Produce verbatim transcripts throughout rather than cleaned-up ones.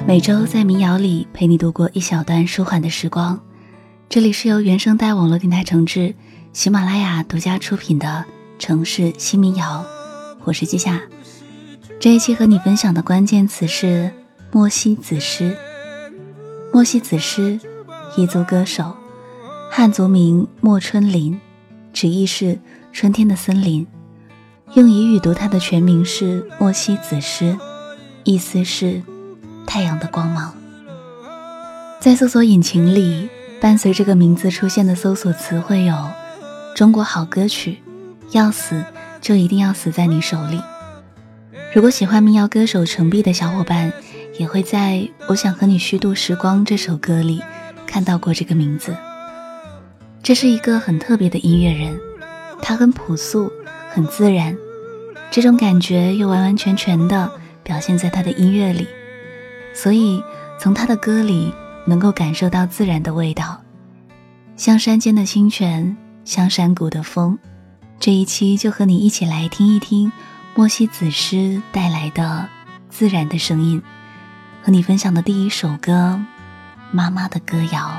每周在民谣里陪你度过一小段舒缓的时光。这里是由原声带网络电台承制，喜马拉雅独家出品的城市新民谣，我是季夏。这一期和你分享的关键词是莫西子诗。莫西子诗，彝族歌手，汉族名莫春林，直译是春天的森林。用彝语读它的全名是莫西子诗，意思是太阳的光芒。在搜索引擎里，伴随这个名字出现的搜索词汇有中国好歌曲，要死就一定要死在你手里。如果喜欢民谣歌手程璧的小伙伴，也会在我想和你虚度时光这首歌里看到过这个名字。这是一个很特别的音乐人，他很朴素很自然，这种感觉又完完全全地表现在他的音乐里，所以从他的歌里能够感受到自然的味道，像山间的清泉，像山谷的风。这一期就和你一起来听一听莫西子诗带来的自然的声音，和你分享的第一首歌，妈妈的歌谣。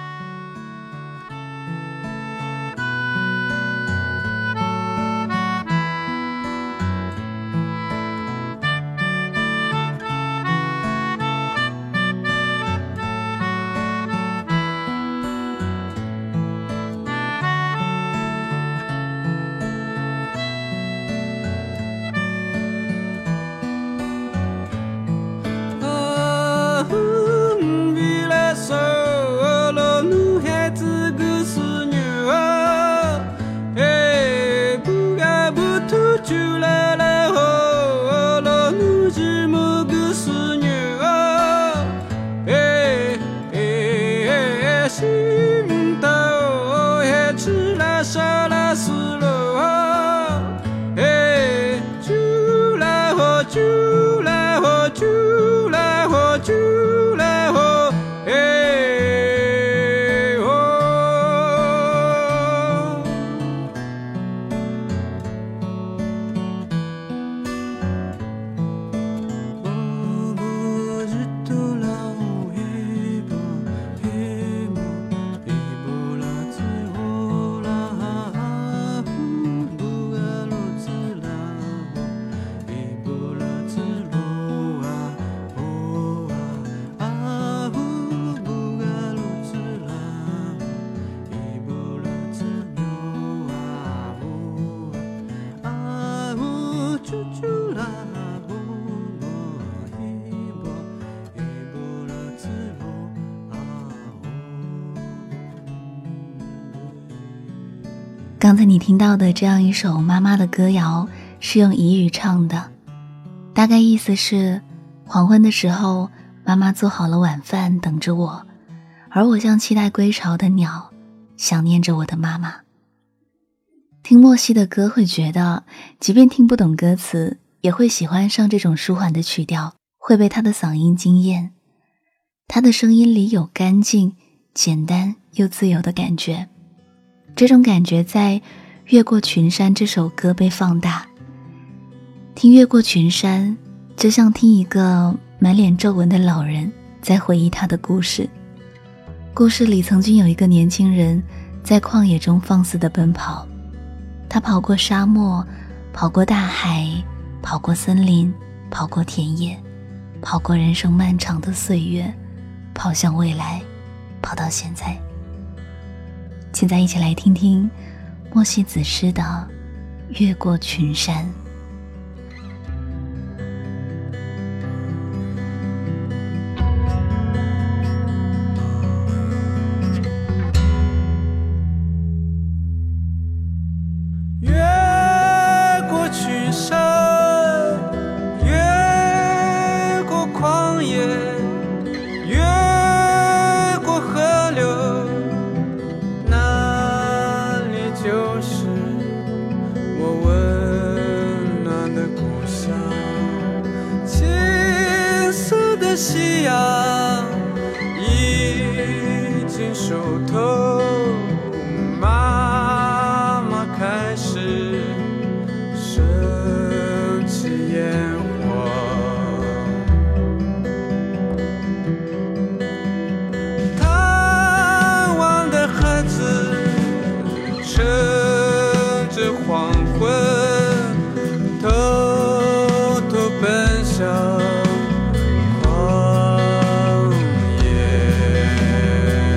刚才你听到的这样一首妈妈的歌谣是用彝语唱的，大概意思是黄昏的时候，妈妈做好了晚饭等着我，而我像期待归巢的鸟，想念着我的妈妈。听莫西的歌会觉得即便听不懂歌词，也会喜欢上这种舒缓的曲调，会被他的嗓音惊艳。他的声音里有干净、简单又自由的感觉，这种感觉在《越过群山》这首歌被放大。听《越过群山》，就像听一个满脸皱纹的老人在回忆他的故事。故事里曾经有一个年轻人在旷野中放肆地奔跑，他跑过沙漠，跑过大海，跑过森林，跑过田野，跑过人生漫长的岁月，跑向未来，跑到现在。现在一起来听听莫西子诗的《越过群山》。 越过群山，越过旷野，越过河流，那里就是我温暖的故乡。青色的夕阳已经熟透，妈妈开始升起烟火。 向旷野。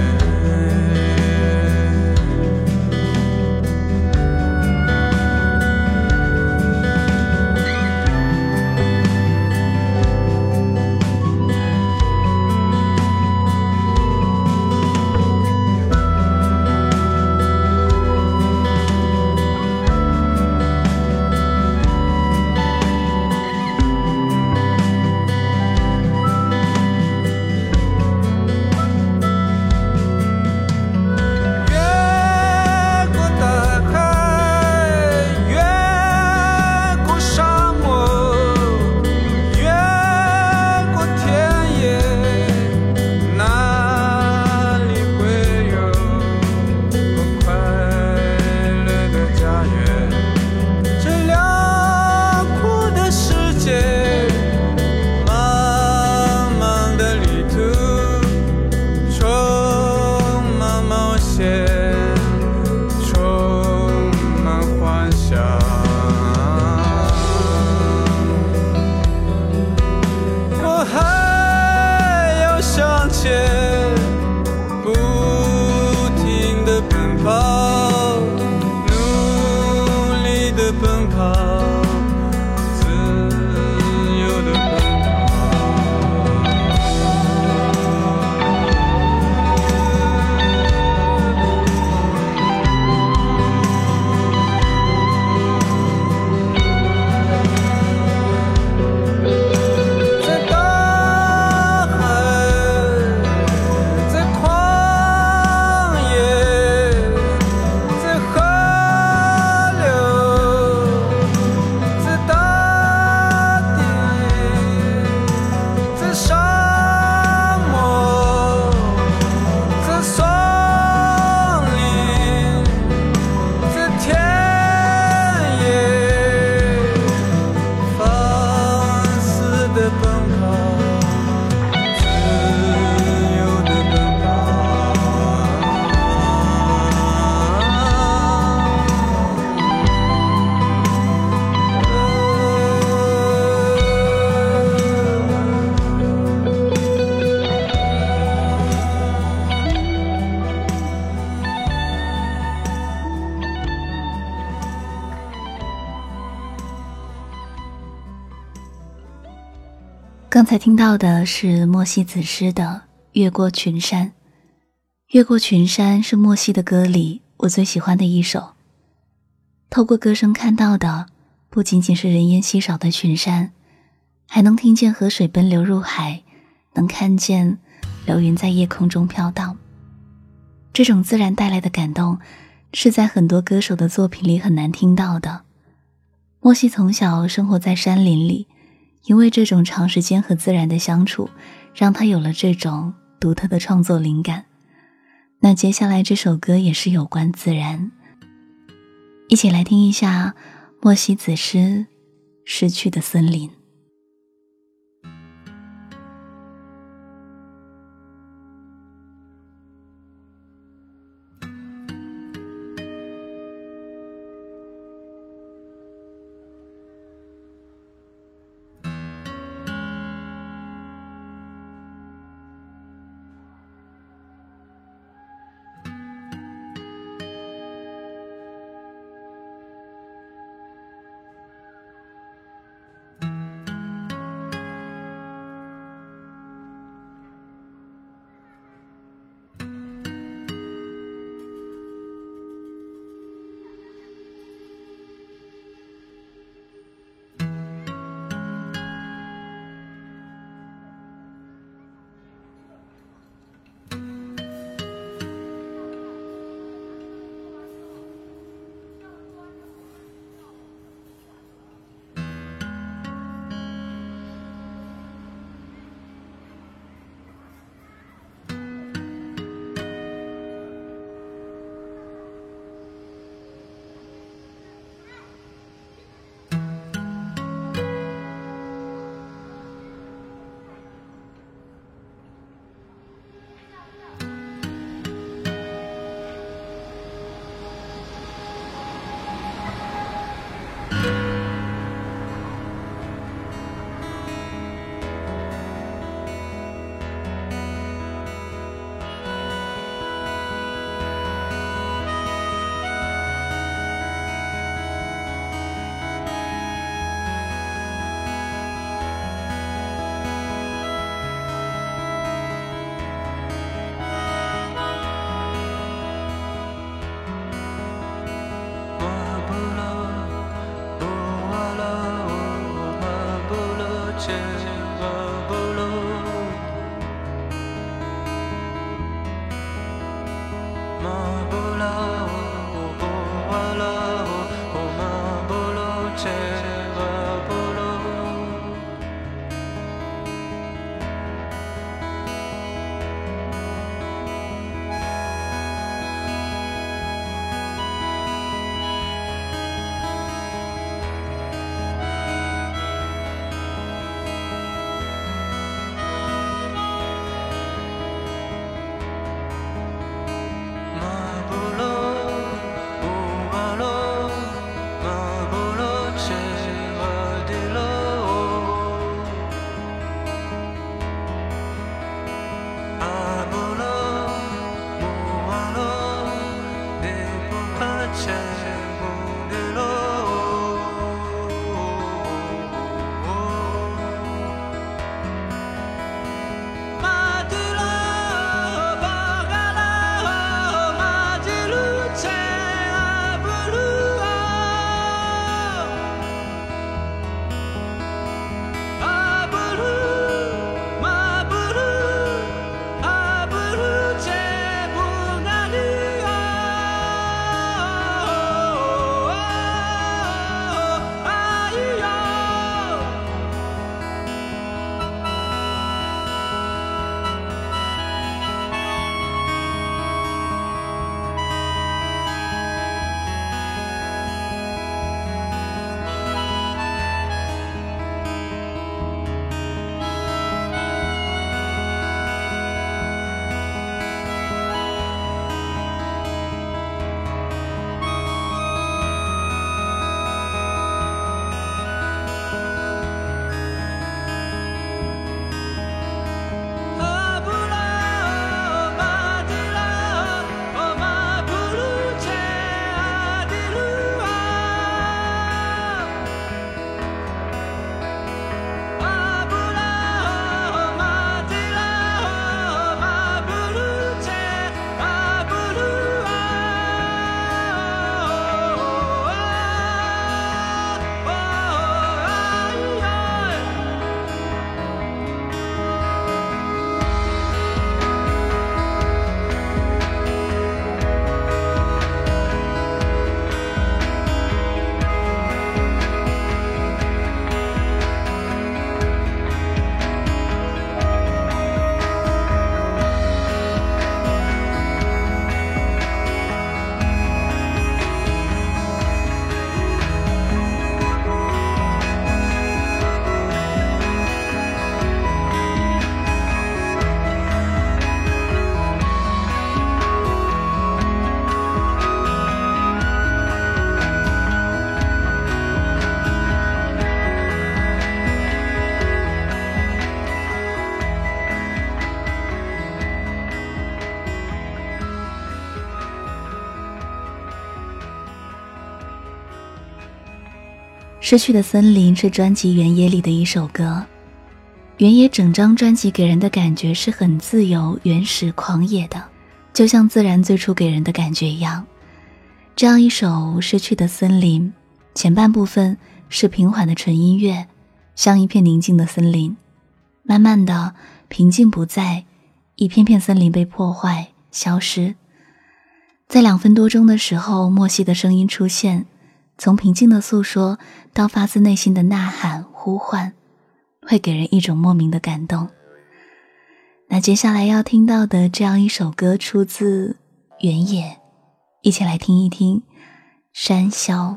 刚才听到的是莫西子诗的《越过群山》。越过群山是莫西的歌里我最喜欢的一首。透过歌声看到的不仅仅是人烟稀少的群山，还能听见河水奔流入海，能看见流云在夜空中飘荡。这种自然带来的感动是在很多歌手的作品里很难听到的。莫西从小生活在山林里，因为这种长时间和自然的相处，让他有了这种独特的创作灵感。那接下来这首歌也是有关自然，一起来听一下莫西子诗《失去的森林》。 失去的森林是专辑《原野》里的一首歌。原野整张专辑给人的感觉是很自由、原始、狂野的，就像自然最初给人的感觉一样。这样一首《失去的森林》，前半部分是平缓的纯音乐，像一片宁静的森林，慢慢的平静不在，一片片森林被破坏消失。在两分多钟的时候，莫西的声音出现，从平静的诉说到发自内心的呐喊呼唤，会给人一种莫名的感动。那接下来要听到的这样一首歌出自原野，一起来听一听山魈。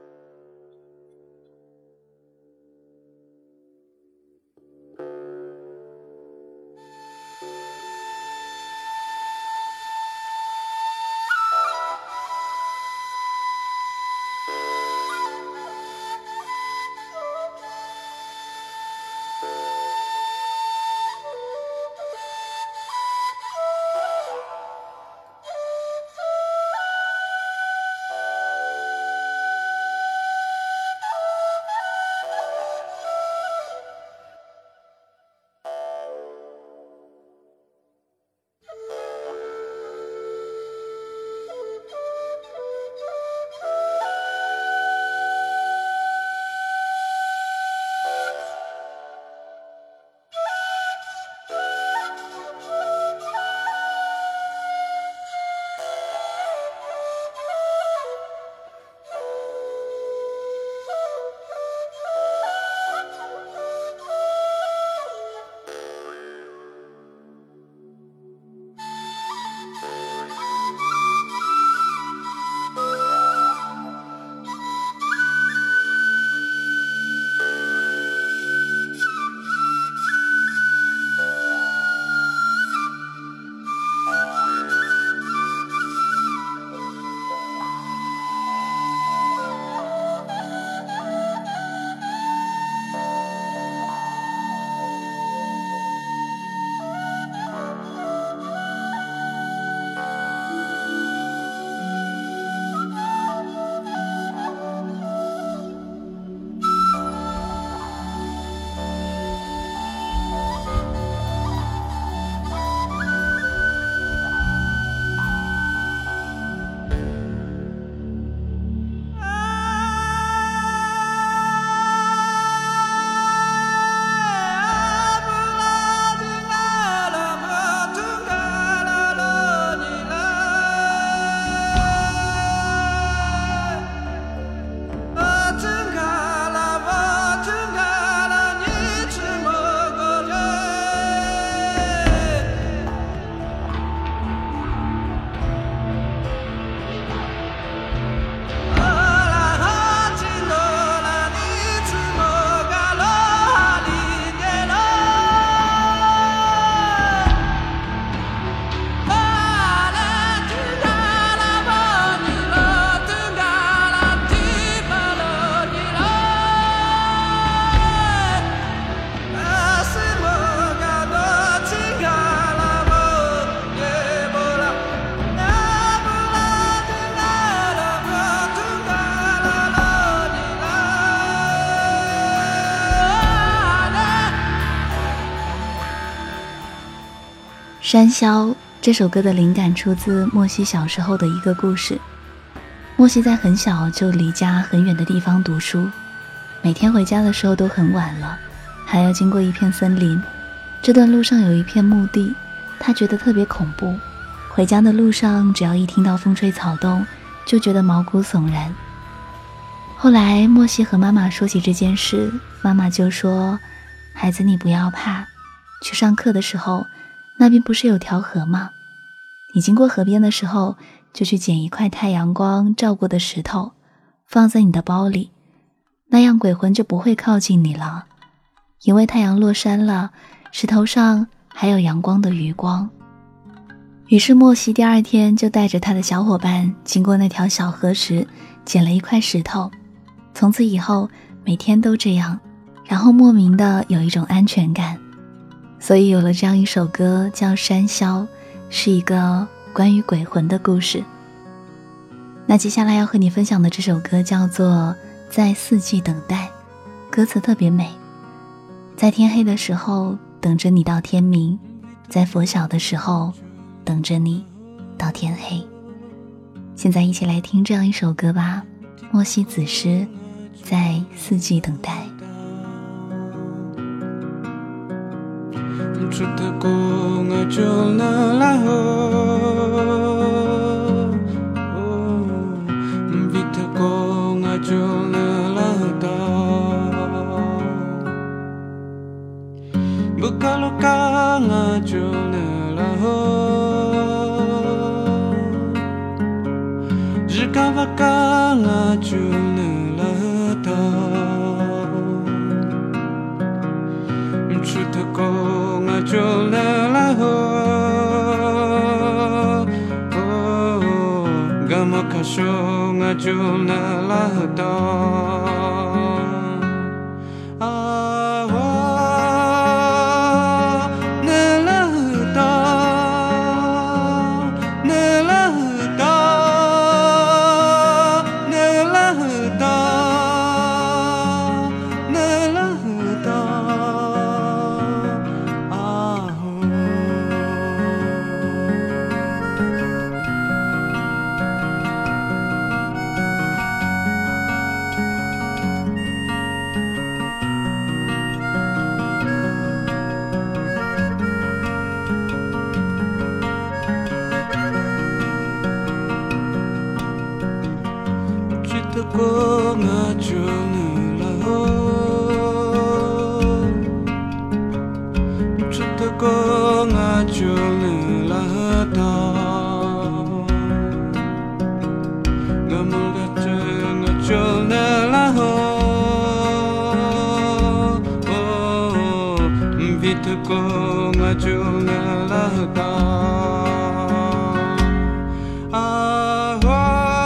山魈这首歌的灵感出自莫西小时候的一个故事。莫西在很小就离家很远的地方读书，每天回家的时候都很晚了，还要经过一片森林。这段路上有一片墓地，他觉得特别恐怖。回家的路上，只要一听到风吹草动，就觉得毛骨悚然。后来莫西和妈妈说起这件事，妈妈就说：孩子，你不要怕，去上课的时候那边不是有条河吗？你经过河边的时候，就去捡一块太阳光照过的石头，放在你的包里，那样鬼魂就不会靠近你了。因为太阳落山了，石头上还有阳光的余光。于是莫西第二天就带着他的小伙伴经过那条小河时，捡了一块石头。从此以后每天都这样，然后莫名的有一种安全感。所以有了这样一首歌叫《山魈》，是一个关于鬼魂的故事。那接下来要和你分享的这首歌叫做《 在四季等待，歌词特别美。在天黑的时候等着你到天明，在拂晓的时候等着你到天黑。现在一起来听这样一首歌吧，莫西子诗，在四季等待。 Cerita ko ngajol na laho, Vita ko ngajol na lahta, Bukalo ka ngajol na laho, Jikawa ka ngajol na lahta, Cerita ko ngajol na laho, oh, Gama kasyo ngajol na lahta, ah, oh, na lahta, na lahta, na lahta, na lahta. Cerita ko ngajol na laho, Cerita ko ngajol na lahta, Gamul gaca ngajol na laho, oh, Vita ko ngajol na lahta, ah, oh,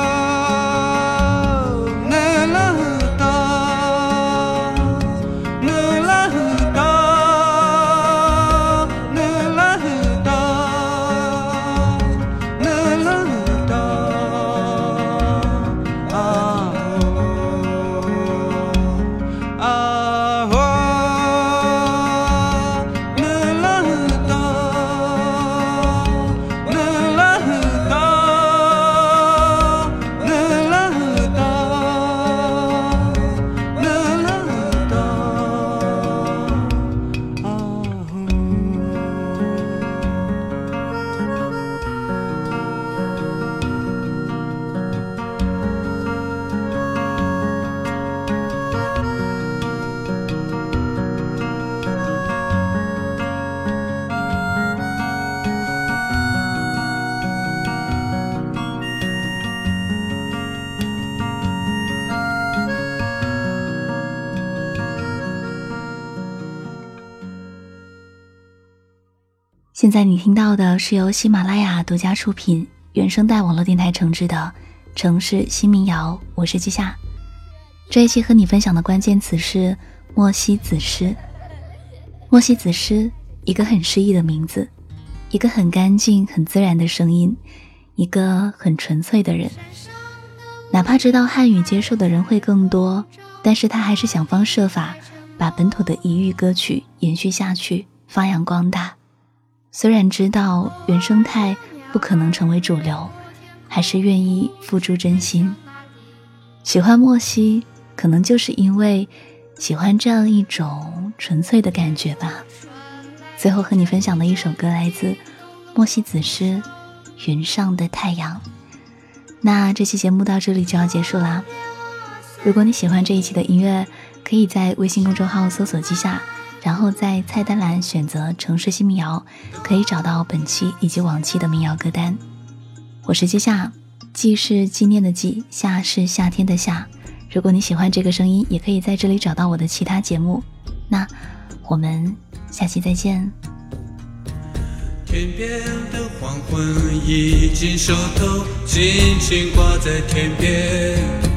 现在你听到的是由喜马拉雅独家出品，原声带网络电台承制的城市新民谣，我是季夏。这一期和你分享的关键词是莫西子诗。莫西子诗，一个很诗意的名字，一个很干净很自然的声音，一个很纯粹的人。哪怕知道汉语接受的人会更多，但是他还是想方设法把本土的彝语歌曲延续下去，发扬光大。虽然知道原生态不可能成为主流，还是愿意付诸真心。喜欢莫西，可能就是因为喜欢这样一种纯粹的感觉吧。最后和你分享的一首歌来自莫西子诗《云上的太阳》。那这期节目到这里就要结束啦。如果你喜欢这一期的音乐，可以在微信公众号搜索季夏，然后在菜单栏选择城市新民谣，可以找到本期以及往期的民谣歌单。我是季夏，季是纪念的季，夏是夏天的夏。如果你喜欢这个声音，也可以在这里找到我的其他节目。那我们下期再见。 天边的黄昏已经收头，轻轻挂在天边，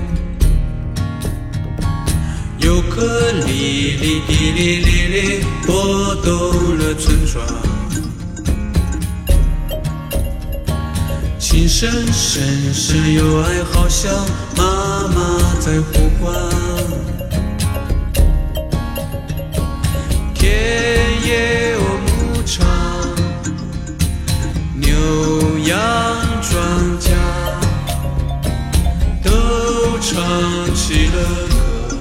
有颗粒粒滴哩哩哩拨动了村庄，青深深深有爱，好像妈妈在呼唤。田野有牧场，牛羊庄稼都唱起了歌。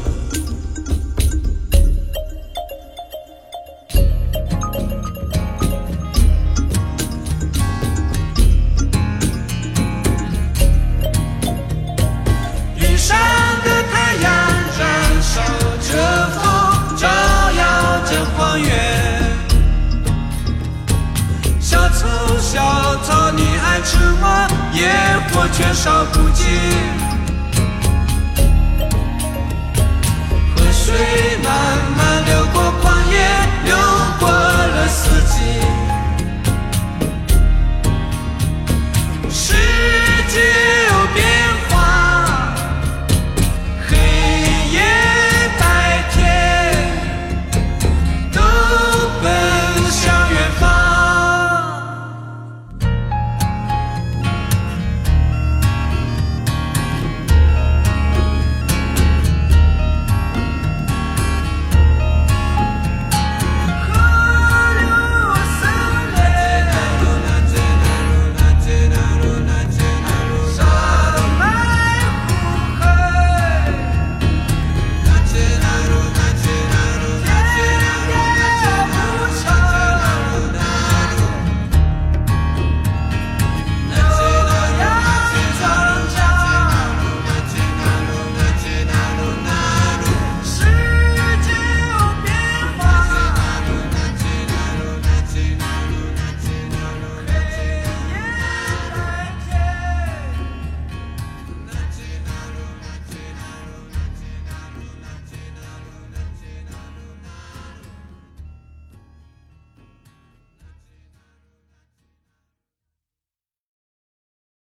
云上的太阳燃烧着风，照耀着荒原。小草小草，你爱吃吗？野火却烧不尽。河水慢慢流过